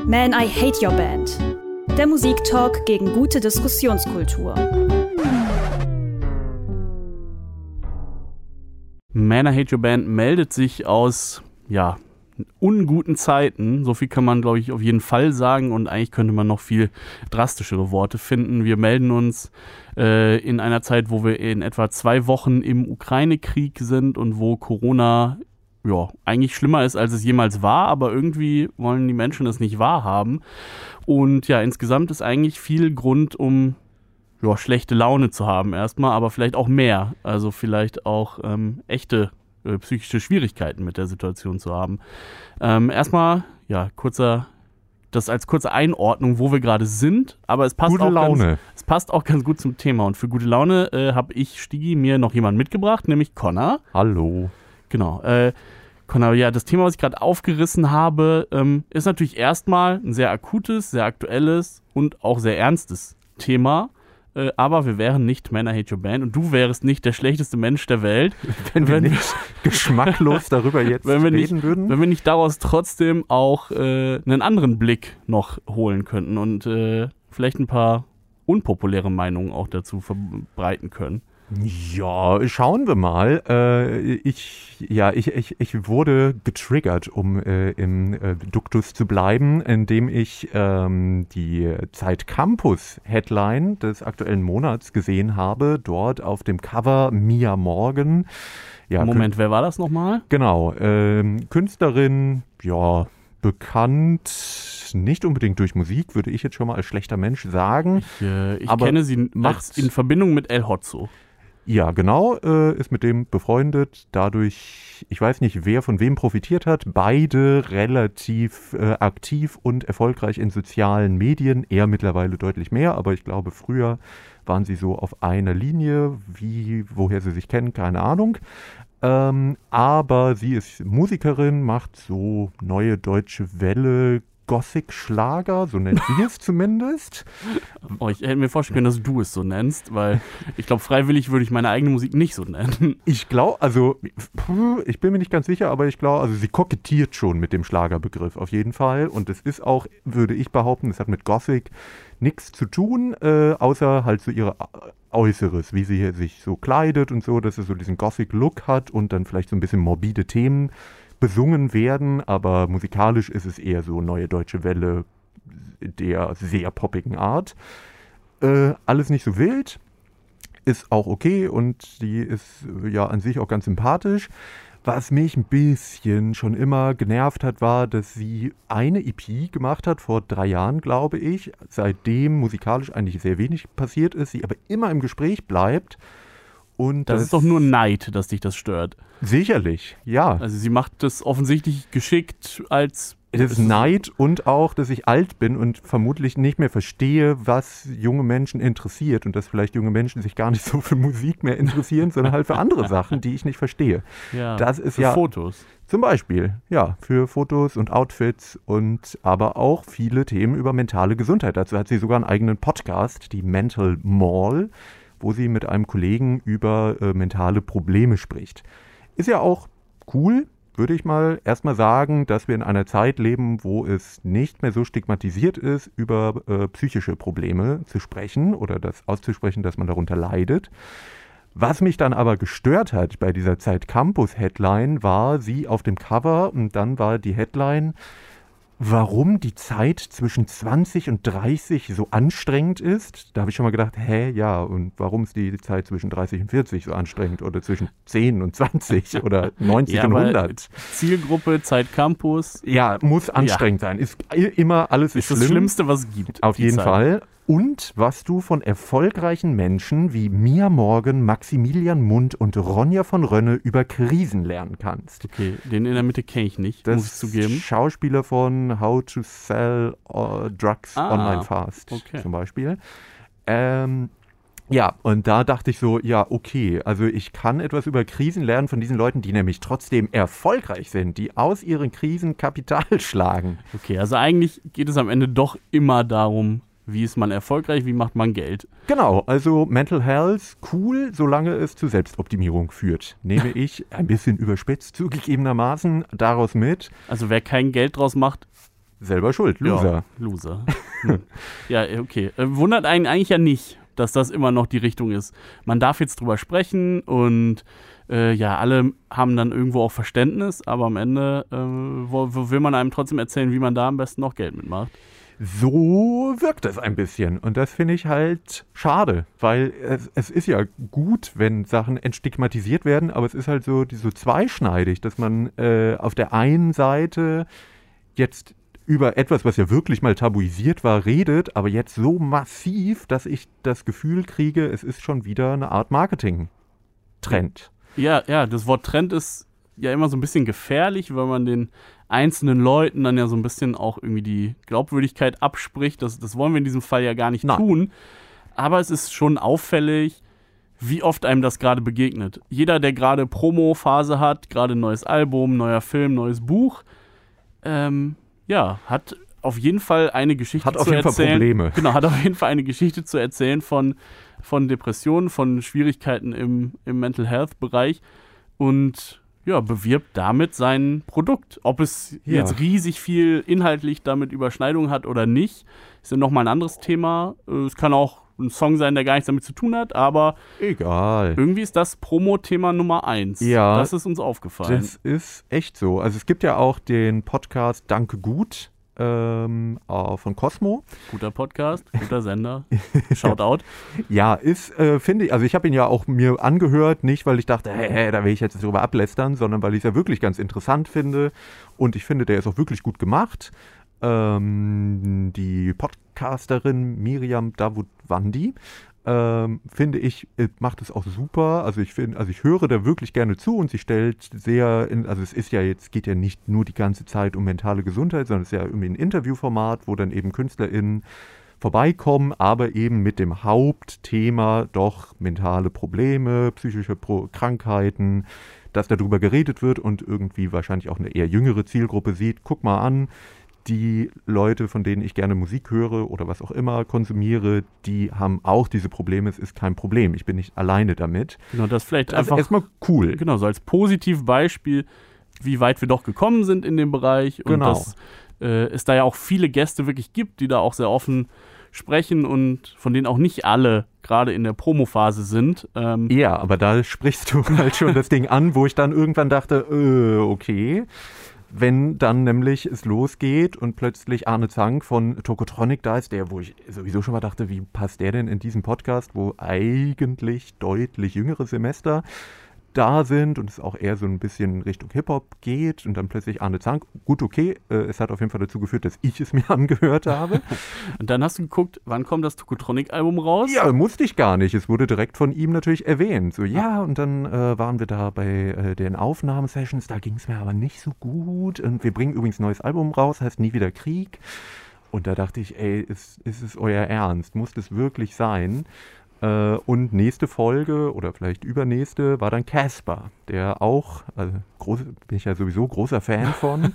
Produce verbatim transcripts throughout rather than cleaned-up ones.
Man, I Hate Your Band. Der Musiktalk gegen gute Diskussionskultur. Man, I Hate Your Band meldet sich aus, ja, unguten Zeiten. So viel kann man, glaube ich, auf jeden Fall sagen. Und eigentlich könnte man noch viel drastischere Worte finden. Wir melden uns äh, in einer Zeit, wo wir in etwa zwei Wochen im Ukraine-Krieg sind und wo Corona ja, eigentlich schlimmer ist, als es jemals war, aber irgendwie wollen die Menschen es nicht wahrhaben. Und ja, insgesamt ist eigentlich viel Grund, um ja, schlechte Laune zu haben erstmal, aber vielleicht auch mehr. Also vielleicht auch ähm, echte äh, psychische Schwierigkeiten mit der Situation zu haben. Ähm, erstmal, ja, kurzer, das als kurze Einordnung, wo wir gerade sind, aber es passt, gute auch Laune. Ganz, es passt auch ganz gut zum Thema. Und für gute Laune äh, habe ich, Stigi, mir noch jemanden mitgebracht, nämlich Connor. Hallo. Genau, äh, Connor, ja, das Thema, was ich gerade aufgerissen habe, ähm, ist natürlich erstmal ein sehr akutes, sehr aktuelles und auch sehr ernstes Thema. Äh, aber wir wären nicht Man, I Hate Your Band und du wärst nicht der schlechteste Mensch der Welt, wenn wir wenn nicht geschmacklos darüber jetzt wenn wir reden nicht, würden. Wenn wir nicht daraus trotzdem auch äh, einen anderen Blick noch holen könnten und äh, vielleicht ein paar unpopuläre Meinungen auch dazu verbreiten können. Ja, schauen wir mal. Äh, ich, ja, ich, ich, ich wurde getriggert, um äh, im äh, Duktus zu bleiben, indem ich ähm, die Zeit Campus Headline des aktuellen Monats gesehen habe. Dort auf dem Cover Mia Morgan. Ja, Moment, Kün- wer war das nochmal? Genau, ähm, Künstlerin, ja, bekannt, nicht unbedingt durch Musik, würde ich jetzt schon mal als schlechter Mensch sagen. Ich, äh, ich aber kenne sie macht in Verbindung mit El Hotzo. Ja, genau, äh, ist mit dem befreundet, dadurch, ich weiß nicht, wer von wem profitiert hat, beide relativ äh, aktiv und erfolgreich in sozialen Medien, er mittlerweile deutlich mehr, aber ich glaube, früher waren sie so auf einer Linie, wie, woher sie sich kennen, keine Ahnung. Ähm, aber sie ist Musikerin, macht so neue deutsche Welle, Gothic-Schlager, so nennt sie es zumindest. Oh, ich hätte mir vorstellen können, dass du es so nennst, weil ich glaube, freiwillig würde ich meine eigene Musik nicht so nennen. Ich glaube, also, ich bin mir nicht ganz sicher, aber ich glaube, also sie kokettiert schon mit dem Schlagerbegriff auf jeden Fall. Und es ist auch, würde ich behaupten, es hat mit Gothic nichts zu tun, äh, außer halt so ihr Äußeres, wie sie sich so kleidet und so, dass sie so diesen Gothic-Look hat und dann vielleicht so ein bisschen morbide Themen besungen werden, aber musikalisch ist es eher so neue deutsche Welle der sehr poppigen Art. Äh, alles nicht so wild, ist auch okay und die ist ja an sich auch ganz sympathisch. Was mich ein bisschen schon immer genervt hat, war, dass sie eine E P gemacht hat, vor drei Jahren, glaube ich, seitdem musikalisch eigentlich sehr wenig passiert ist, sie aber immer im Gespräch bleibt. Und das, das ist doch nur Neid, dass dich das stört. Sicherlich, ja. Also sie macht das offensichtlich geschickt als... Das ist Neid und auch, dass ich alt bin und vermutlich nicht mehr verstehe, was junge Menschen interessiert und dass vielleicht junge Menschen sich gar nicht so für Musik mehr interessieren, sondern halt für andere Sachen, die ich nicht verstehe. Ja, das ist für ja Fotos. Zum Beispiel, ja, für Fotos und Outfits und aber auch viele Themen über mentale Gesundheit. Dazu hat sie sogar einen eigenen Podcast, die Mental Mall, wo sie mit einem Kollegen über äh, mentale Probleme spricht. Ist ja auch cool, würde ich mal erstmal sagen, dass wir in einer Zeit leben, wo es nicht mehr so stigmatisiert ist, über äh, psychische Probleme zu sprechen oder das auszusprechen, dass man darunter leidet. Was mich dann aber gestört hat bei dieser Zeit Campus Headline, war sie auf dem Cover und dann war die Headline, warum die Zeit zwischen zwanzig und dreißig so anstrengend ist. Da habe ich schon mal gedacht, hä, ja, und warum ist die Zeit zwischen dreißig und vierzig so anstrengend oder zwischen zehn und zwanzig oder neunzig ja, und hundert? Zielgruppe, Zeit Campus. Ja, muss anstrengend ja. sein. Ist immer, alles ist, ist schlimm. Das Schlimmste, was es gibt. Auf jeden Zeit. Fall. Und was du von erfolgreichen Menschen wie Mia Morgan, Maximilian Mundt und Ronja von Rönne über Krisen lernen kannst. Okay, den in der Mitte kenne ich nicht, das muss ich zugeben. Schauspieler von How to Sell uh, Drugs ah, Online Fast okay. zum Beispiel. Ähm, ja, und da dachte ich so, ja, okay, also ich kann etwas über Krisen lernen von diesen Leuten, die nämlich trotzdem erfolgreich sind, die aus ihren Krisen Kapital schlagen. Okay, also eigentlich geht es am Ende doch immer darum, wie ist man erfolgreich, wie macht man Geld? Genau, also Mental Health, cool, solange es zu Selbstoptimierung führt. Nehme ich ein bisschen überspitzt zugegebenermaßen daraus mit. Also wer kein Geld draus macht, selber schuld, Loser. Ja, Loser. hm. Ja, okay. Äh, wundert einen eigentlich ja nicht, dass das immer noch die Richtung ist. Man darf jetzt drüber sprechen und äh, ja, alle haben dann irgendwo auch Verständnis, aber am Ende äh, wo, wo will man einem trotzdem erzählen, wie man da am besten noch Geld mitmacht. So wirkt es ein bisschen. Und das finde ich halt schade, weil es, es ist ja gut, wenn Sachen entstigmatisiert werden, aber es ist halt so, so zweischneidig, dass man äh, auf der einen Seite jetzt über etwas, was ja wirklich mal tabuisiert war, redet, aber jetzt so massiv, dass ich das Gefühl kriege, es ist schon wieder eine Art Marketing-Trend. Ja, ja, das Wort Trend ist ja immer so ein bisschen gefährlich, weil man den einzelnen Leuten dann ja so ein bisschen auch irgendwie die Glaubwürdigkeit abspricht. Das, das wollen wir in diesem Fall ja gar nicht Nein. tun. Aber es ist schon auffällig, wie oft einem das gerade begegnet. Jeder, der gerade Promo-Phase hat, gerade ein neues Album, neuer Film, neues Buch, ähm, ja, hat auf jeden Fall eine Geschichte Hat auf zu jeden Fall erzählen. Probleme. Genau, hat auf jeden Fall eine Geschichte zu erzählen von, von Depressionen, von Schwierigkeiten im, im Mental Health-Bereich und ja, bewirbt damit sein Produkt. Ob es Ja. jetzt riesig viel inhaltlich damit Überschneidung hat oder nicht, ist ja nochmal ein anderes Thema. Es kann auch ein Song sein, der gar nichts damit zu tun hat, aber Egal. irgendwie ist das Promo-Thema Nummer eins. Ja, Das ist uns aufgefallen. Das ist echt so. Also es gibt ja auch den Podcast Danke Gut ähm, äh, von Cosmo. Guter Podcast, guter Sender. Shoutout. Ja, ist, äh, finde ich, also ich habe ihn ja auch mir angehört, nicht weil ich dachte, hey, hey, da will ich jetzt drüber ablästern, sondern weil ich es ja wirklich ganz interessant finde und ich finde, der ist auch wirklich gut gemacht. Ähm, die Podcasterin Miriam Davutwandi, ähm, finde ich, macht es auch super. Also ich finde, also ich höre da wirklich gerne zu und sie stellt sehr, in, also es ist ja jetzt, geht ja nicht nur die ganze Zeit um mentale Gesundheit, sondern es ist ja irgendwie ein Interviewformat, wo dann eben KünstlerInnen vorbeikommen, aber eben mit dem Hauptthema doch mentale Probleme, psychische Pro- Krankheiten, dass darüber geredet wird und irgendwie wahrscheinlich auch eine eher jüngere Zielgruppe sieht, guck mal an, die Leute, von denen ich gerne Musik höre oder was auch immer konsumiere, die haben auch diese Probleme. Es ist kein Problem. Ich bin nicht alleine damit. Genau, das vielleicht Also einfach erstmal cool. Genau, so als Positivbeispiel, wie weit wir doch gekommen sind in dem Bereich und Genau. dass äh, es da ja auch viele Gäste wirklich gibt, die da auch sehr offen sprechen und von denen auch nicht alle gerade in der Promophase sind. Ähm, Ja, aber da sprichst du halt schon das Ding an, wo ich dann irgendwann dachte, äh, okay. Wenn dann nämlich es losgeht und plötzlich Arne Zank von Tokotronic da ist, der, wo ich sowieso schon mal dachte, wie passt der denn in diesen Podcast, wo eigentlich deutlich jüngere Semester da sind und es auch eher so ein bisschen Richtung Hip-Hop geht und dann plötzlich Arne Zank. Gut, okay, äh, es hat auf jeden Fall dazu geführt, dass ich es mir angehört habe. und dann hast du geguckt, wann kommt das Tokotronic-Album raus? Ja, musste ich gar nicht. Es wurde direkt von ihm natürlich erwähnt. So, ja, und dann äh, waren wir da bei äh, den Aufnahmesessions, da ging es mir aber nicht so gut. Und wir bringen übrigens ein neues Album raus, heißt Nie wieder Krieg. Und da dachte ich, ey, ist, ist es euer Ernst? Muss das wirklich sein? Äh, und nächste Folge oder vielleicht übernächste war dann Casper, der auch, also groß, bin ich ja sowieso großer Fan von,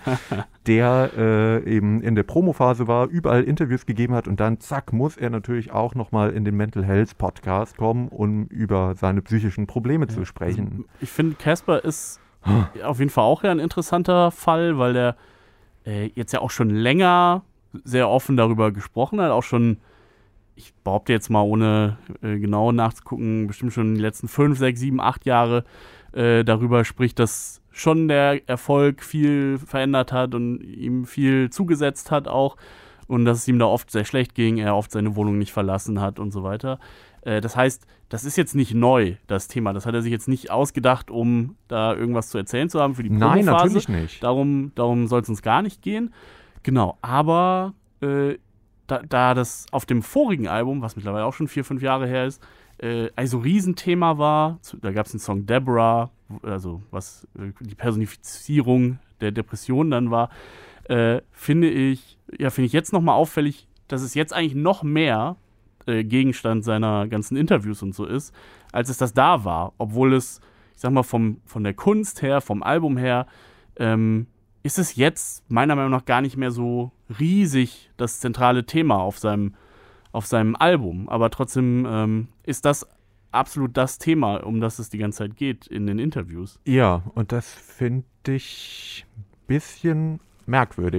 der äh, eben in der Promophase war, überall Interviews gegeben hat und dann zack, muss er natürlich auch nochmal in den Mental Health Podcast kommen, um über seine psychischen Probleme ja. zu sprechen. Ich finde, Casper ist auf jeden Fall auch ja ein interessanter Fall, weil der äh, jetzt ja auch schon länger sehr offen darüber gesprochen hat, auch schon ich behaupte jetzt mal, ohne äh, genau nachzugucken, bestimmt schon die letzten fünf, sechs, sieben, acht Jahre äh, darüber spricht, dass schon der Erfolg viel verändert hat und ihm viel zugesetzt hat auch und dass es ihm da oft sehr schlecht ging, er oft seine Wohnung nicht verlassen hat und so weiter. Äh, das heißt, das ist jetzt nicht neu, das Thema. Das hat er sich jetzt nicht ausgedacht, um da irgendwas zu erzählen zu haben für die Promophase. Nein, natürlich nicht. Darum, darum soll es uns gar nicht gehen. Genau, aber äh, Da, da das auf dem vorigen Album, was mittlerweile auch schon vier, fünf Jahre her ist, äh, also Riesenthema war, da gab es den Song Deborah, also was äh, die Personifizierung der Depression dann war, äh, finde ich, ja, finde ich jetzt nochmal auffällig, dass es jetzt eigentlich noch mehr äh, Gegenstand seiner ganzen Interviews und so ist, als es das da war, obwohl es, ich sag mal, vom, von der Kunst her, vom Album her, ähm, ist es jetzt meiner Meinung nach gar nicht mehr so riesig das zentrale Thema auf seinem, auf seinem Album. Aber trotzdem ähm, ist das absolut das Thema, um das es die ganze Zeit geht in den Interviews. Ja, und das finde ich ein bisschen merkwürdig,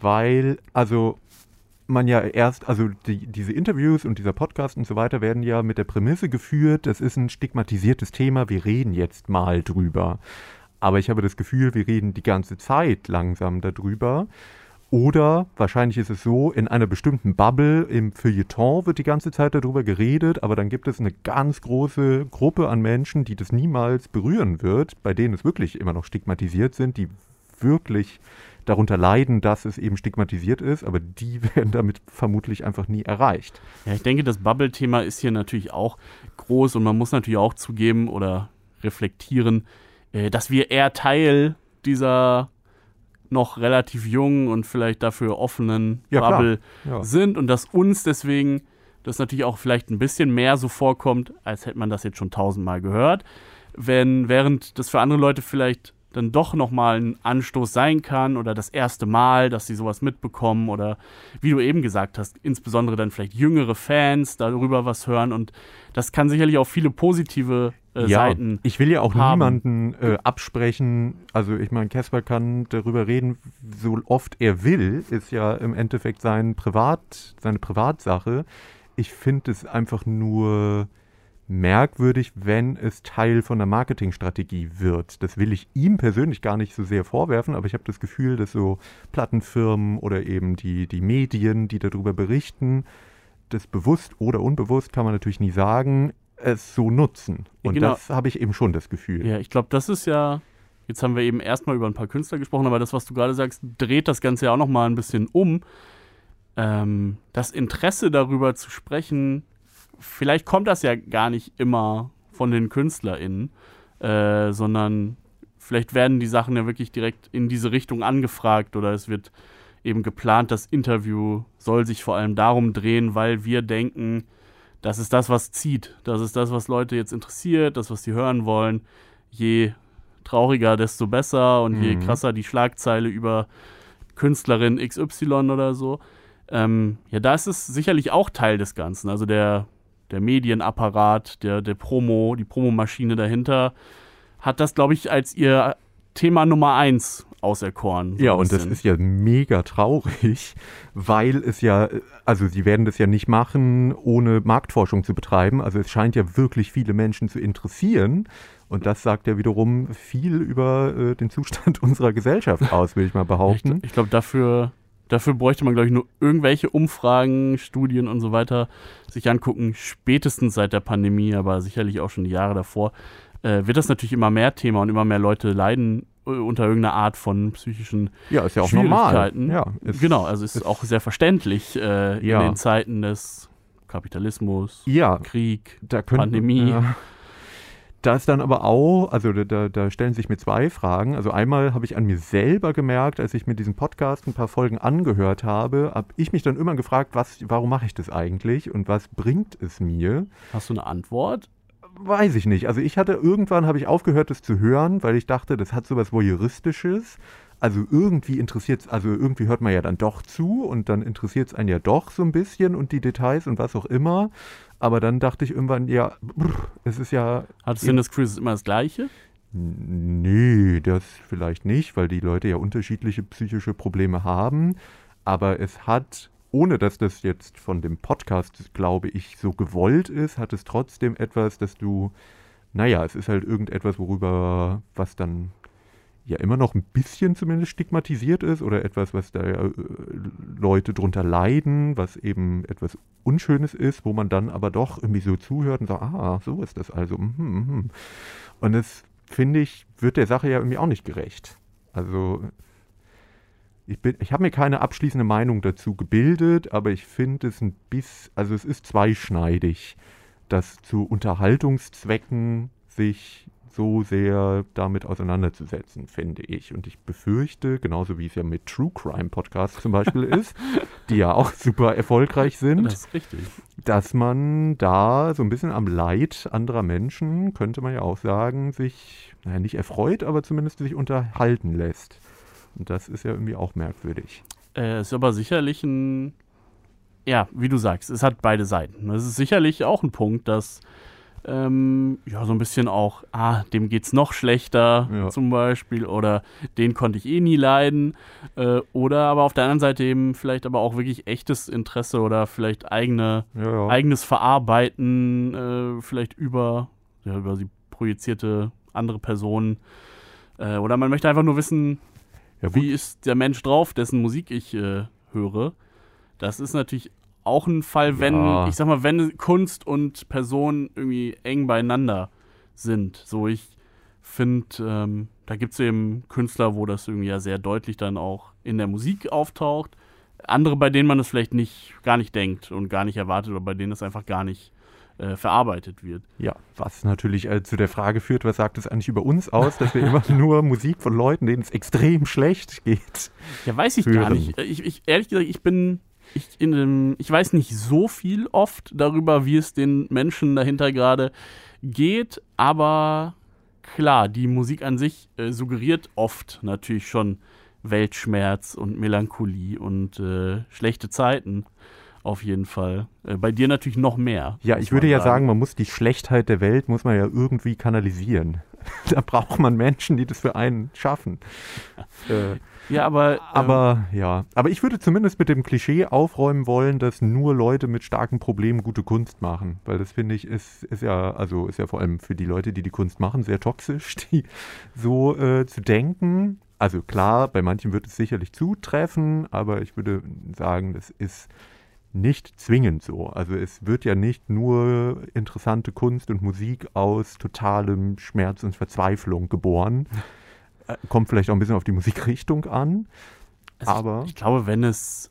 weil, also man ja erst, also die, diese Interviews und dieser Podcast und so weiter werden ja mit der Prämisse geführt, das ist ein stigmatisiertes Thema, wir reden jetzt mal drüber. Aber ich habe das Gefühl, wir reden die ganze Zeit langsam darüber. Oder wahrscheinlich ist es so, in einer bestimmten Bubble im Feuilleton wird die ganze Zeit darüber geredet, aber dann gibt es eine ganz große Gruppe an Menschen, die das niemals berühren wird, bei denen es wirklich immer noch stigmatisiert sind, die wirklich darunter leiden, dass es eben stigmatisiert ist, aber die werden damit vermutlich einfach nie erreicht. Ja, ich denke, das Bubble-Thema ist hier natürlich auch groß und man muss natürlich auch zugeben oder reflektieren, äh, dass wir eher Teil dieser noch relativ jungen und vielleicht dafür offenen Ja, Bubble ja. sind und dass uns deswegen das natürlich auch vielleicht ein bisschen mehr so vorkommt, als hätte man das jetzt schon tausendmal gehört, wenn während das für andere Leute vielleicht dann doch nochmal ein Anstoß sein kann oder das erste Mal, dass sie sowas mitbekommen oder wie du eben gesagt hast, insbesondere dann vielleicht jüngere Fans darüber was hören und das kann sicherlich auch viele positive äh, ja, Seiten ich will ja auch haben. niemanden äh, absprechen, also ich meine, Casper kann darüber reden, so oft er will, ist ja im Endeffekt sein Privat, seine Privatsache. Ich finde es einfach nur merkwürdig, wenn es Teil von der Marketingstrategie wird. Das will ich ihm persönlich gar nicht so sehr vorwerfen, aber ich habe das Gefühl, dass so Plattenfirmen oder eben die, die Medien, die darüber berichten, das bewusst oder unbewusst, kann man natürlich nie sagen, es so nutzen. Und Genau. das habe ich eben schon das Gefühl. Ja, ich glaube, das ist ja, jetzt haben wir eben erstmal über ein paar Künstler gesprochen, aber das, was du gerade sagst, dreht das Ganze ja auch nochmal ein bisschen um. Ähm, das Interesse darüber zu sprechen, vielleicht kommt das ja gar nicht immer von den KünstlerInnen, äh, sondern vielleicht werden die Sachen ja wirklich direkt in diese Richtung angefragt oder es wird eben geplant, das Interview soll sich vor allem darum drehen, weil wir denken, das ist das, was zieht. Das ist das, was Leute jetzt interessiert, das, was sie hören wollen. Je trauriger, desto besser und mhm. je krasser die Schlagzeile über Künstlerin X Y oder so. Ähm, ja, da ist es sicherlich auch Teil des Ganzen. Also der Der Medienapparat, der, der Promo, die Promomaschine dahinter, hat das, glaube ich, als ihr Thema Nummer eins auserkoren. So ja, und das ist ja mega traurig, weil es ja, also sie werden das ja nicht machen, ohne Marktforschung zu betreiben. Also es scheint ja wirklich viele Menschen zu interessieren. Und das sagt ja wiederum viel über äh, den Zustand unserer Gesellschaft aus, will ich mal behaupten. Ich, ich glaube, dafür... Dafür bräuchte man, glaube ich, nur irgendwelche Umfragen, Studien und so weiter sich angucken, spätestens seit der Pandemie, aber sicherlich auch schon die Jahre davor, äh, wird das natürlich immer mehr Thema und immer mehr Leute leiden äh, unter irgendeiner Art von psychischen ja, ist ja auch normal. Ja, ist, genau, also ist, ist auch sehr verständlich äh, ja. in den Zeiten des Kapitalismus, ja, Krieg, da können, Pandemie. Ja. Da ist dann aber auch, also da, da stellen sich mir zwei Fragen. Also einmal habe ich an mir selber gemerkt, als ich mir diesen Podcast ein paar Folgen angehört habe, habe ich mich dann immer gefragt, was, warum mache ich das eigentlich und was bringt es mir? Hast du eine Antwort? Weiß ich nicht. Also ich hatte, irgendwann habe ich aufgehört, das zu hören, weil ich dachte, das hat sowas Voyeuristisches. Also irgendwie interessiert es, also irgendwie hört man ja dann doch zu und dann interessiert es einen ja doch so ein bisschen und die Details und was auch immer. Aber dann dachte ich irgendwann, ja, brr, es ist ja... Hattest du denn das Gefühl, es ist immer das Gleiche? Nee, das vielleicht nicht, weil die Leute ja unterschiedliche psychische Probleme haben. Aber es hat, ohne dass das jetzt von dem Podcast, glaube ich, so gewollt ist, hat es trotzdem etwas, dass du, naja, es ist halt irgendetwas, worüber, was dann ja immer noch ein bisschen zumindest stigmatisiert ist oder etwas, was da äh, Leute drunter leiden, was eben etwas Unschönes ist, wo man dann aber doch irgendwie so zuhört und sagt, ah, so ist das also. Mm, mm. Und das, finde ich, wird der Sache ja irgendwie auch nicht gerecht. Also ich, bin, ich habe mir keine abschließende Meinung dazu gebildet, aber ich finde es ein bisschen, also es ist zweischneidig, dass zu Unterhaltungszwecken sich so sehr damit auseinanderzusetzen, finde ich. Und ich befürchte, genauso wie es ja mit True Crime Podcasts zum Beispiel ist, die ja auch super erfolgreich sind, Das ist richtig. dass man da so ein bisschen am Leid anderer Menschen, könnte man ja auch sagen, sich, naja, nicht erfreut, aber zumindest sich unterhalten lässt. Und das ist ja irgendwie auch merkwürdig. Äh, ist aber sicherlich ein, ja, wie du sagst, es hat beide Seiten. Es ist sicherlich auch ein Punkt, dass Ähm, ja, so ein bisschen auch, ah, dem geht's noch schlechter Ja. zum Beispiel oder den konnte ich eh nie leiden. Äh, oder aber auf der anderen Seite eben vielleicht aber auch wirklich echtes Interesse oder vielleicht eigene, Ja, ja. eigenes Verarbeiten, äh, vielleicht über, ja, über die projizierte andere Personen. Äh, oder man möchte einfach nur wissen, Ja, gut. wie ist der Mensch drauf, dessen Musik ich äh, höre. Das ist natürlich auch ein Fall, wenn, Ja. ich sag mal, wenn Kunst und Person irgendwie eng beieinander sind. So, ich finde, ähm, da gibt es eben Künstler, wo das irgendwie ja sehr deutlich dann auch in der Musik auftaucht. Andere, bei denen man das vielleicht nicht, gar nicht denkt und gar nicht erwartet oder bei denen das einfach gar nicht äh, verarbeitet wird. Ja, was natürlich äh, zu der Frage führt, was sagt es eigentlich über uns aus, dass wir immer nur Musik von Leuten, denen es extrem schlecht geht. Ja, weiß ich Hören. gar nicht. Ich, ich, ehrlich gesagt, ich bin, ich, in dem, ich weiß nicht so viel oft darüber, wie es den Menschen dahinter gerade geht, aber klar, die Musik an sich äh, suggeriert oft natürlich schon Weltschmerz und Melancholie und äh, schlechte Zeiten. Auf jeden Fall. Äh, bei dir natürlich noch mehr. Ja, muss ich würde man ja sagen, man muss die Schlechtheit der Welt, muss man ja irgendwie kanalisieren. Da braucht man Menschen, die das für einen schaffen. äh, Ja, aber. Ähm, aber ja, aber ich würde zumindest mit dem Klischee aufräumen wollen, dass nur Leute mit starken Problemen gute Kunst machen. Weil das finde ich ist, ist ja, also ist ja vor allem für die Leute, die die Kunst machen, sehr toxisch, die so äh, zu denken. Also klar, bei manchen wird es sicherlich zutreffen, aber ich würde sagen, das ist nicht zwingend so. Also es wird ja nicht nur interessante Kunst und Musik aus totalem Schmerz und Verzweiflung geboren. Äh, Kommt vielleicht auch ein bisschen auf die Musikrichtung an. Also aber ich, ich glaube, wenn es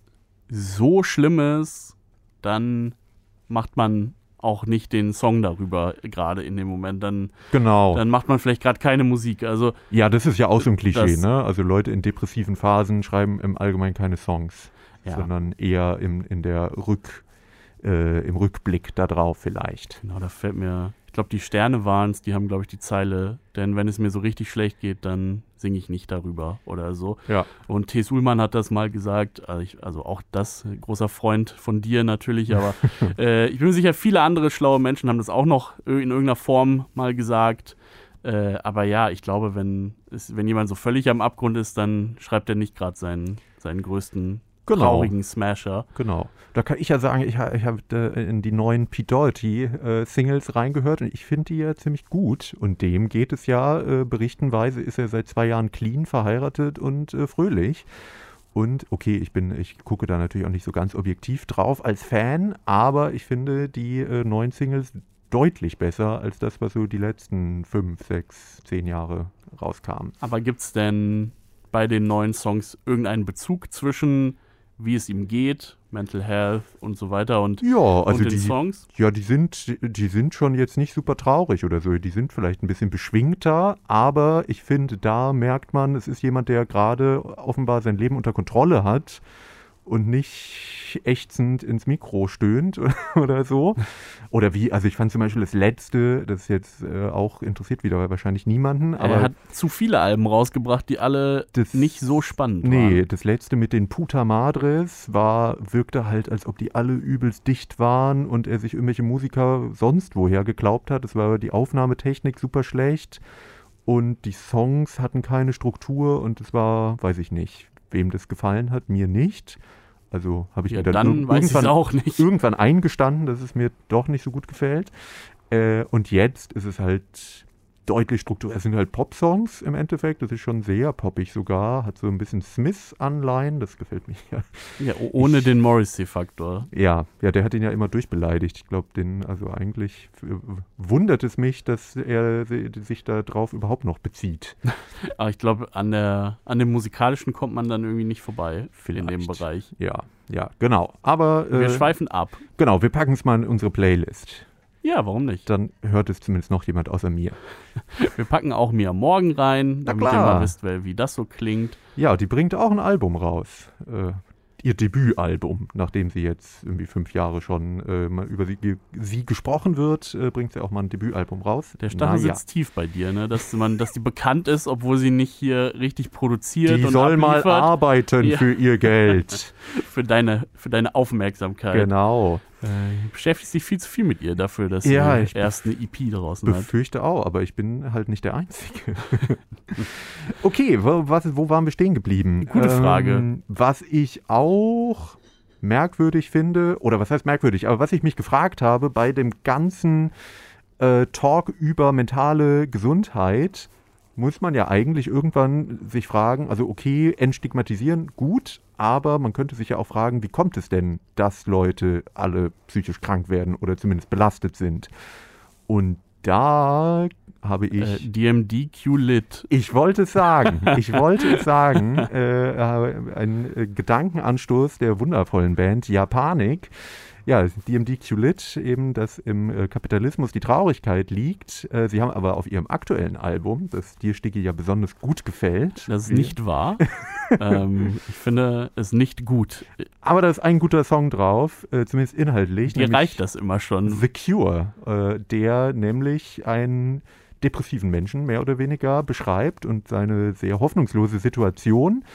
so schlimm ist, dann macht man auch nicht den Song darüber gerade in dem Moment. Dann, genau. dann macht man vielleicht gerade keine Musik. Also Ja, das ist ja auch so ein Klischee, das- ne? Also Leute in depressiven Phasen schreiben im Allgemeinen keine Songs, Ja. sondern eher im, in der Rück, äh, im Rückblick darauf vielleicht. genau, da fällt mir, ich glaube, die Sterne waren es, die haben, glaube ich, die Zeile, denn wenn es mir so richtig schlecht geht, dann singe ich nicht darüber oder so. Ja. Und T. Ullmann hat das mal gesagt, also, ich, also auch das, großer Freund von dir natürlich, aber äh, ich bin mir sicher, viele andere schlaue Menschen haben das auch noch in irgendeiner Form mal gesagt. Äh, aber ja, ich glaube, wenn, es, wenn jemand so völlig am Abgrund ist, dann schreibt er nicht gerade seinen, seinen größten Genau. traurigen Smasher. Genau. Da kann ich ja sagen, ich, ha- ich habe äh, in die neuen Pete Doherty-Singles reingehört und ich finde die ja ziemlich gut. Und dem geht es ja, äh, berichtenweise ist er seit zwei Jahren clean, verheiratet und äh, fröhlich. Und okay, ich bin, ich gucke da natürlich auch nicht so ganz objektiv drauf als Fan, aber ich finde die äh, neuen Singles deutlich besser als das, was so die letzten fünf, sechs, zehn Jahre rauskam. Aber gibt es denn bei den neuen Songs irgendeinen Bezug zwischen, wie es ihm geht, Mental Health und so weiter und, Ja, also und den die, Songs? ja, die sind, die sind schon jetzt nicht super traurig oder so. Die sind vielleicht ein bisschen beschwingter, aber ich finde, da merkt man, es ist jemand, der gerade offenbar sein Leben unter Kontrolle hat und nicht ächzend ins Mikro stöhnt oder so. Oder wie, also ich fand zum Beispiel das letzte, das jetzt äh, auch interessiert wieder wahrscheinlich niemanden, aber er hat zu viele Alben rausgebracht, die alle Das- nicht so spannend nee, waren. das letzte mit den Puta Madres war, wirkte halt, als ob die alle übelst dicht waren und er sich irgendwelche Musiker sonst woher geglaubt hat. Es war die Aufnahmetechnik super schlecht und die Songs hatten keine Struktur und es war, weiß ich nicht, wem das gefallen hat, mir nicht. Also habe ich Ja, mir dann, dann ir- weiß ich es irgendwann, auch nicht. irgendwann eingestanden, dass es mir doch nicht so gut gefällt. Äh, und jetzt ist es halt deutlich strukturiert. Es sind halt Pop-Songs im Endeffekt. Das ist schon sehr poppig sogar. Hat so ein bisschen Smith-Anleihen. Das gefällt mir ja. Ja, o- ohne Ich- den Morrissey-Faktor. Ja, ja, der hat ihn ja immer durchbeleidigt. Ich glaube, den, also eigentlich äh, wundert es mich, dass er si- sich da drauf überhaupt noch bezieht. Aber ich glaube, an, der, an dem Musikalischen kommt man dann irgendwie nicht vorbei in dem Vielleicht. Bereich. Ja, ja, genau. Aber Wir äh, schweifen ab. genau, wir packen es mal in unsere Playlist. Ja, warum nicht? Dann hört es zumindest noch jemand außer mir. Wir packen auch Mia Morgen rein, Na damit ihr klar. mal wisst, wer- wie das so klingt. Ja, die bringt auch ein Album raus. Äh, ihr Debütalbum, nachdem sie jetzt irgendwie fünf Jahre schon äh, mal über sie, ge sie gesprochen wird, äh, bringt sie auch mal ein Debütalbum raus. Der Stachel Na ja. sitzt tief bei dir, ne? Dass man, dass die bekannt ist, obwohl sie nicht hier richtig produziert Die und soll mal abliefert. arbeiten Ja. für ihr Geld. für deine, für deine Aufmerksamkeit. Genau. Äh, beschäftigt sich viel zu viel mit ihr dafür, dass Ja, sie ich erst eine E P draußen hat. Befürchte auch, aber ich bin halt nicht der Einzige. Okay, wo, was, wo waren wir stehen geblieben? Gute Frage. Ähm, was ich auch merkwürdig finde, oder was heißt merkwürdig, aber was ich mich gefragt habe bei dem ganzen äh, Talk über mentale Gesundheit, muss man ja eigentlich irgendwann sich fragen, also okay, entstigmatisieren, gut, aber man könnte sich ja auch fragen, wie kommt es denn, dass Leute alle psychisch krank werden oder zumindest belastet sind? Und da habe ich... Äh, D M D Q-Lit. Ich wollte es sagen, ich wollte es sagen, äh, ein äh, Gedankenanstoß der wundervollen Band Japanik. Ja, D M D Q-Lit, eben, dass im äh, Kapitalismus die Traurigkeit liegt. Äh, sie haben aber auf ihrem aktuellen Album, das dir, Sticky, ja besonders gut gefällt. Das ist nicht wahr. ähm, ich finde es nicht gut. Aber da ist ein guter Song drauf, äh, zumindest inhaltlich. Dir reicht das immer schon. The Cure, äh, der nämlich einen depressiven Menschen mehr oder weniger beschreibt und seine sehr hoffnungslose Situation.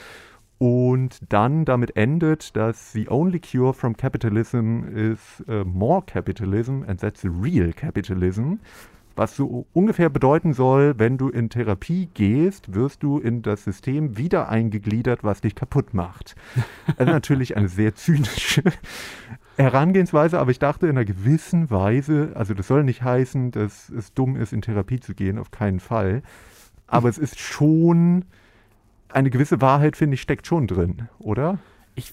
Und dann damit endet, dass the only cure from capitalism is uh, more capitalism and that's the real capitalism. Was so ungefähr bedeuten soll, wenn du in Therapie gehst, wirst du in das System wieder eingegliedert, was dich kaputt macht. Also natürlich eine sehr zynische Herangehensweise, aber ich dachte in einer gewissen Weise, also das soll nicht heißen, dass es dumm ist, in Therapie zu gehen, auf keinen Fall. Aber es ist schon... Eine gewisse Wahrheit, finde ich, steckt schon drin, oder? Ich,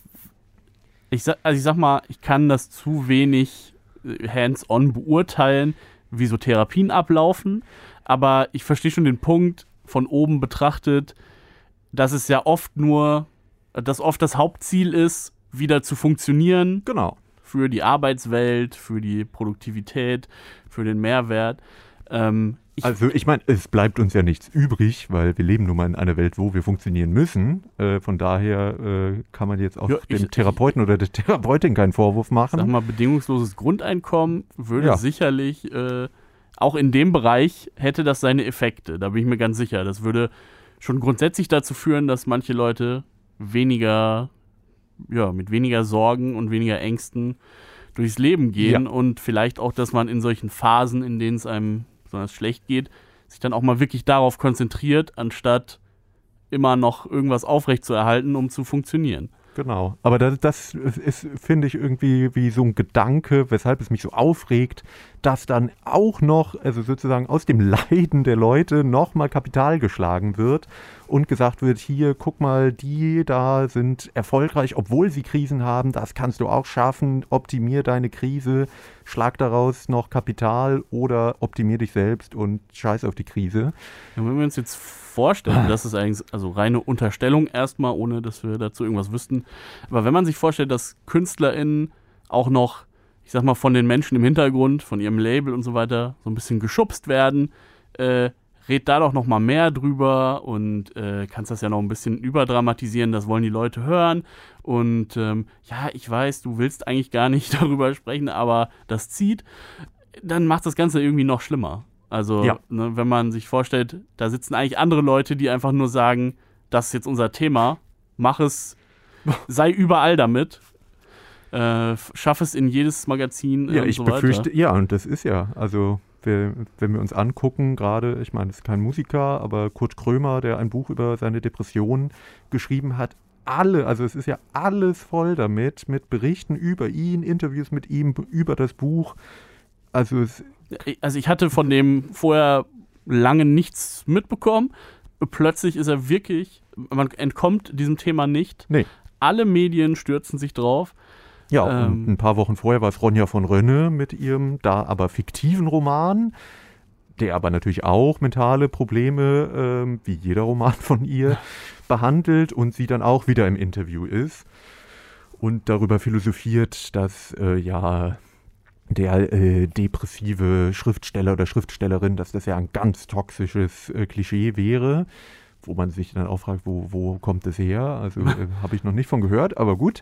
ich, sag, also ich sag mal, ich kann das zu wenig hands-on beurteilen, wie so Therapien ablaufen, aber ich verstehe schon den Punkt von oben betrachtet, dass es ja oft nur, dass oft das Hauptziel ist, wieder zu funktionieren. Genau. Für die Arbeitswelt, für die Produktivität, für den Mehrwert. Ähm, Ich also ich meine, es bleibt uns ja nichts übrig, weil wir leben nun mal in einer Welt, wo wir funktionieren müssen. Äh, von daher äh, kann man jetzt auch ja, dem ich, Therapeuten oder der Therapeutin keinen Vorwurf machen. Sag mal, bedingungsloses Grundeinkommen würde ja. sicherlich, äh, auch in dem Bereich, hätte das seine Effekte. Da bin ich mir ganz sicher. Das würde schon grundsätzlich dazu führen, dass manche Leute weniger, ja, mit weniger Sorgen und weniger Ängsten durchs Leben gehen ja. und vielleicht auch, dass man in solchen Phasen, in denen es einem besonders schlecht geht, sich dann auch mal wirklich darauf konzentriert, anstatt immer noch irgendwas aufrechtzuerhalten, um zu funktionieren. Genau, aber das, das ist, finde ich, irgendwie wie so ein Gedanke, weshalb es mich so aufregt, dass dann auch noch, also sozusagen aus dem Leiden der Leute nochmal Kapital geschlagen wird und gesagt wird, hier, guck mal, die da sind erfolgreich, obwohl sie Krisen haben, das kannst du auch schaffen, optimier deine Krise, schlag daraus noch Kapital oder optimier dich selbst und scheiß auf die Krise. Ja, wenn wir uns jetzt vorstellen, das ist eigentlich also reine Unterstellung erstmal, ohne dass wir dazu irgendwas wüssten, aber wenn man sich vorstellt, dass KünstlerInnen auch noch, ich sag mal, von den Menschen im Hintergrund, von ihrem Label und so weiter, so ein bisschen geschubst werden, äh, red da doch noch mal mehr drüber und äh, kannst das ja noch ein bisschen überdramatisieren, das wollen die Leute hören und ähm, ja, ich weiß, du willst eigentlich gar nicht darüber sprechen, aber das zieht, dann macht das Ganze irgendwie noch schlimmer. Also, ja. ne, wenn man sich vorstellt, da sitzen eigentlich andere Leute, die einfach nur sagen, das ist jetzt unser Thema, mach es, sei überall damit, äh, schaff es in jedes Magazin äh, ja, und ich so weiter. befürchte, ja, und das ist ja, also wir, wenn wir uns angucken, gerade, ich meine, das ist kein Musiker, aber Kurt Krömer, der ein Buch über seine Depression geschrieben hat, alle, also es ist ja alles voll damit, mit Berichten über ihn, Interviews mit ihm, über das Buch, also es Also ich hatte von dem vorher lange nichts mitbekommen. Plötzlich ist er wirklich, man entkommt diesem Thema nicht. Nee. Alle Medien stürzen sich drauf. Ja, ähm, und ein paar Wochen vorher war es Ronja von Rönne mit ihrem da aber fiktiven Roman, der aber natürlich auch mentale Probleme, ähm, wie jeder Roman von ihr, behandelt und sie dann auch wieder im Interview ist und darüber philosophiert, dass äh, ja der äh, depressive Schriftsteller oder Schriftstellerin, dass das ja ein ganz toxisches äh, Klischee wäre, wo man sich dann auch fragt, wo, wo kommt das her? Also äh, habe ich noch nicht von gehört, aber gut.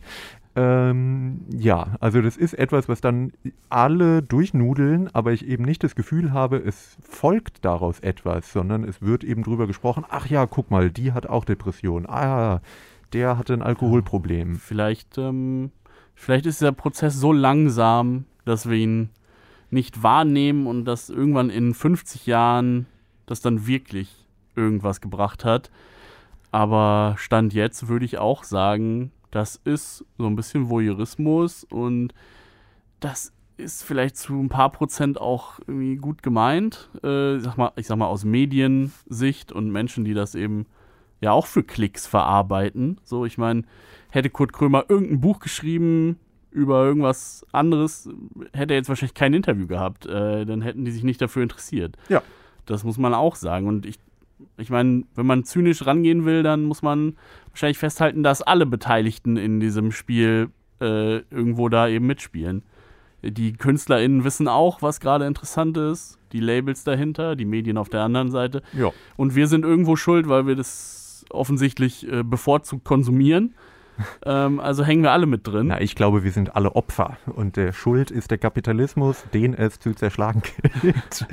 Ähm, ja, also das ist etwas, was dann alle durchnudeln, aber ich eben nicht das Gefühl habe, es folgt daraus etwas, sondern es wird eben drüber gesprochen, ach ja, guck mal, die hat auch Depressionen, ah ja, der hatte ein Alkoholproblem. Vielleicht ähm, vielleicht ist der Prozess so langsam, dass wir ihn nicht wahrnehmen und dass irgendwann in fünfzig Jahren das dann wirklich irgendwas gebracht hat. Aber Stand jetzt würde ich auch sagen, das ist so ein bisschen Voyeurismus und das ist vielleicht zu ein paar Prozent auch irgendwie gut gemeint. Äh, sag mal, ich sag mal aus Mediensicht und Menschen, die das eben ja auch für Klicks verarbeiten. So, ich meine, hätte Kurt Krömer irgendein Buch geschrieben über irgendwas anderes, hätte er jetzt wahrscheinlich kein Interview gehabt. Äh, dann hätten die sich nicht dafür interessiert. Ja. Das muss man auch sagen. Und ich, ich meine, wenn man zynisch rangehen will, dann muss man wahrscheinlich festhalten, dass alle Beteiligten in diesem Spiel äh, irgendwo da eben mitspielen. Die KünstlerInnen wissen auch, was gerade interessant ist. Die Labels dahinter, die Medien auf der anderen Seite. Ja. Und wir sind irgendwo schuld, weil wir das offensichtlich äh, bevorzugt konsumieren. ähm, also hängen wir alle mit drin. Na, ich glaube, wir sind alle Opfer und der Schuld ist der Kapitalismus, den es zu zerschlagen gilt.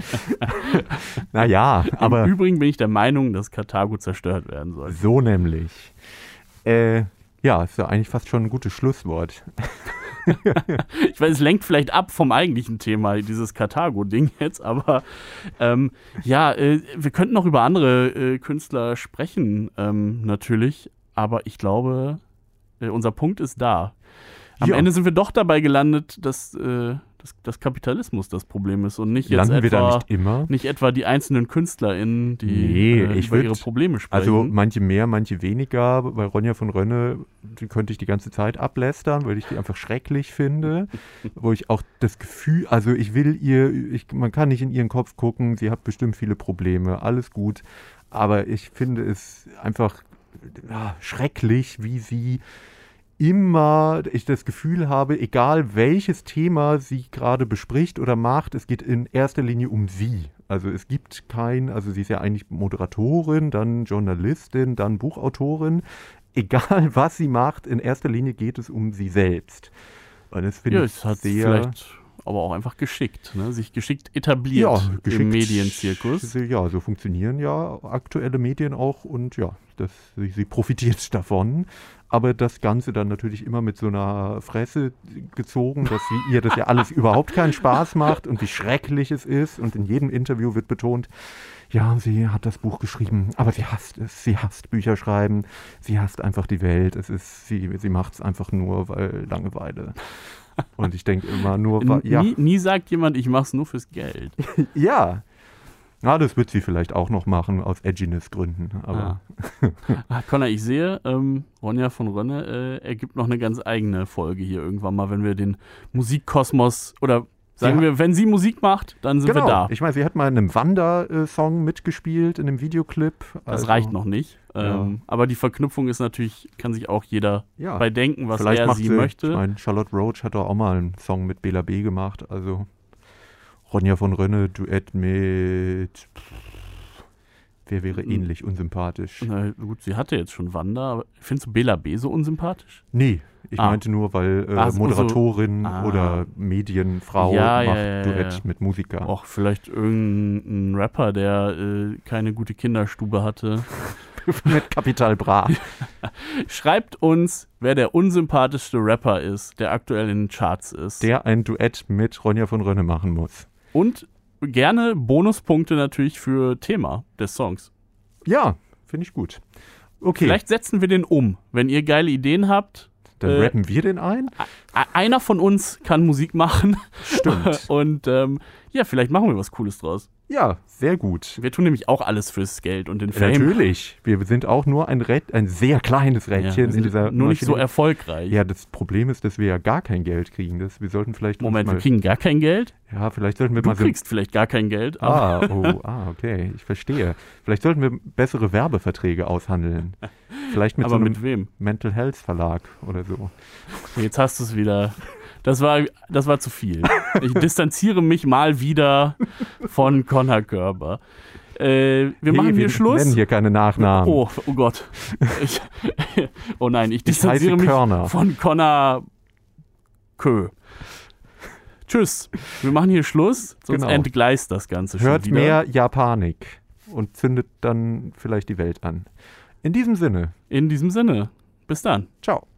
Naja, aber... Im Übrigen bin ich der Meinung, dass Karthago zerstört werden soll. So nämlich. Äh, ja, ist ja eigentlich fast schon ein gutes Schlusswort. Ich weiß, es lenkt vielleicht ab vom eigentlichen Thema, dieses Karthago-Ding jetzt, aber ähm, ja, äh, wir könnten noch über andere äh, Künstler sprechen, ähm, natürlich, aber ich glaube, äh, unser Punkt ist da. Am Ja. Ende sind wir doch dabei gelandet, dass, äh, dass, dass Kapitalismus das Problem ist und nicht jetzt Landen wir da etwa, nicht immer? nicht etwa die einzelnen KünstlerInnen, die Nee, äh, ich über würd- ihre Probleme sprechen. Also manche mehr, manche weniger. Bei Ronja von Rönne, die könnte ich die ganze Zeit ablästern, weil ich die einfach schrecklich finde. Wo ich auch das Gefühl, also ich will ihr, ich, man kann nicht in ihren Kopf gucken, sie hat bestimmt viele Probleme, alles gut. Aber ich finde es einfach ja, schrecklich, wie sie immer ich das Gefühl habe, egal welches Thema sie gerade bespricht oder macht, es geht in erster Linie um sie. Also es gibt kein, also sie ist ja eigentlich Moderatorin, dann Journalistin, dann Buchautorin. Egal was sie macht, in erster Linie geht es um sie selbst. Und das finde ja, ich es hat sehr... vielleicht aber auch einfach geschickt, ne? Sich geschickt etabliert ja, im geschickt- Medienzirkus. Ja, so funktionieren ja aktuelle Medien auch und ja, das, sie, sie profitiert davon. Aber das Ganze dann natürlich immer mit so einer Fresse gezogen, dass sie, ihr das ja alles überhaupt keinen Spaß macht und wie schrecklich es ist. Und in jedem Interview wird betont, ja, sie hat das Buch geschrieben, aber sie hasst es. Sie hasst Bücher schreiben, sie hasst einfach die Welt. Es ist, sie, sie macht es einfach nur, weil Langeweile. Und ich denke immer nur, weil, ja. Nie, nie sagt jemand, ich mach's nur fürs Geld. Ja. Ja, das wird sie vielleicht auch noch machen, aus Edginess-Gründen. Aber Ah, Connor, ich sehe, ähm, Ronja von Rönne äh, ergibt noch eine ganz eigene Folge hier irgendwann mal, wenn wir den Musikkosmos oder sagen Ja. wir, wenn sie Musik macht, dann sind genau. wir da. Ich meine, sie hat mal in einem Wanda-Song mitgespielt, in einem Videoclip. Das Also, reicht noch nicht. Ja. Ähm, aber die Verknüpfung ist natürlich, kann sich auch jeder Ja. bei denken, was Vielleicht er macht sie, sie, möchte. Ich meine, Charlotte Roach hat doch auch mal einen Song mit Bela B. gemacht. Also Ronja von Rönne, Duett mit... Wer wäre Mhm. ähnlich unsympathisch? Na gut, sie hatte jetzt schon Wanda, aber findest du Bela B. so unsympathisch? Nee, ich Ah. meinte nur, weil äh, Ach so, Moderatorin ah. oder Medienfrau Ja, macht ja, ja, Duett ja. mit Musiker. Auch vielleicht irgendein Rapper, der äh, keine gute Kinderstube hatte. mit Capital Bra. Schreibt uns, wer der unsympathischste Rapper ist, der aktuell in den Charts ist. Der ein Duett mit Ronja von Rönne machen muss. Und gerne Bonuspunkte natürlich für Thema des Songs. Ja, finde ich gut. Okay, Vielleicht setzen wir den um. Wenn ihr geile Ideen habt, dann äh, rappen wir den ein. e- einer von uns kann Musik machen. Stimmt. Und ähm, ja, vielleicht machen wir was Cooles draus. Ja, sehr gut. Wir tun nämlich auch alles fürs Geld und den Fame. Natürlich. Wir sind auch nur ein, Rät, ein sehr kleines Ja, Rädchen wir in sind dieser nur nicht so Maschine. erfolgreich. Ja, das Problem ist, dass wir ja gar kein Geld kriegen. Das, wir sollten vielleicht uns Moment, mal, wir kriegen gar kein Geld? ja, vielleicht sollten wir Du mal so, kriegst vielleicht gar kein Geld. Aber ah, oh, ah, okay, ich verstehe. Vielleicht sollten wir bessere Werbeverträge aushandeln. Vielleicht mit aber so einem mit wem? Mental Health Verlag oder so. Jetzt hast du es wieder. Das war, das war zu viel. Ich distanziere mich mal wieder von Connor Körber. Äh, wir Hey, machen hier wir Schluss. nennen hier keine Nachnamen. Oh, oh Gott. Ich, oh nein, ich Ich distanziere heiße mich Körner. von Connor Kö. Tschüss. Wir machen hier Schluss, sonst Genau. entgleist das Ganze schon Hört wieder. mehr Japanik und zündet dann vielleicht die Welt an. In diesem Sinne, In diesem Sinne. Bis dann. ciao.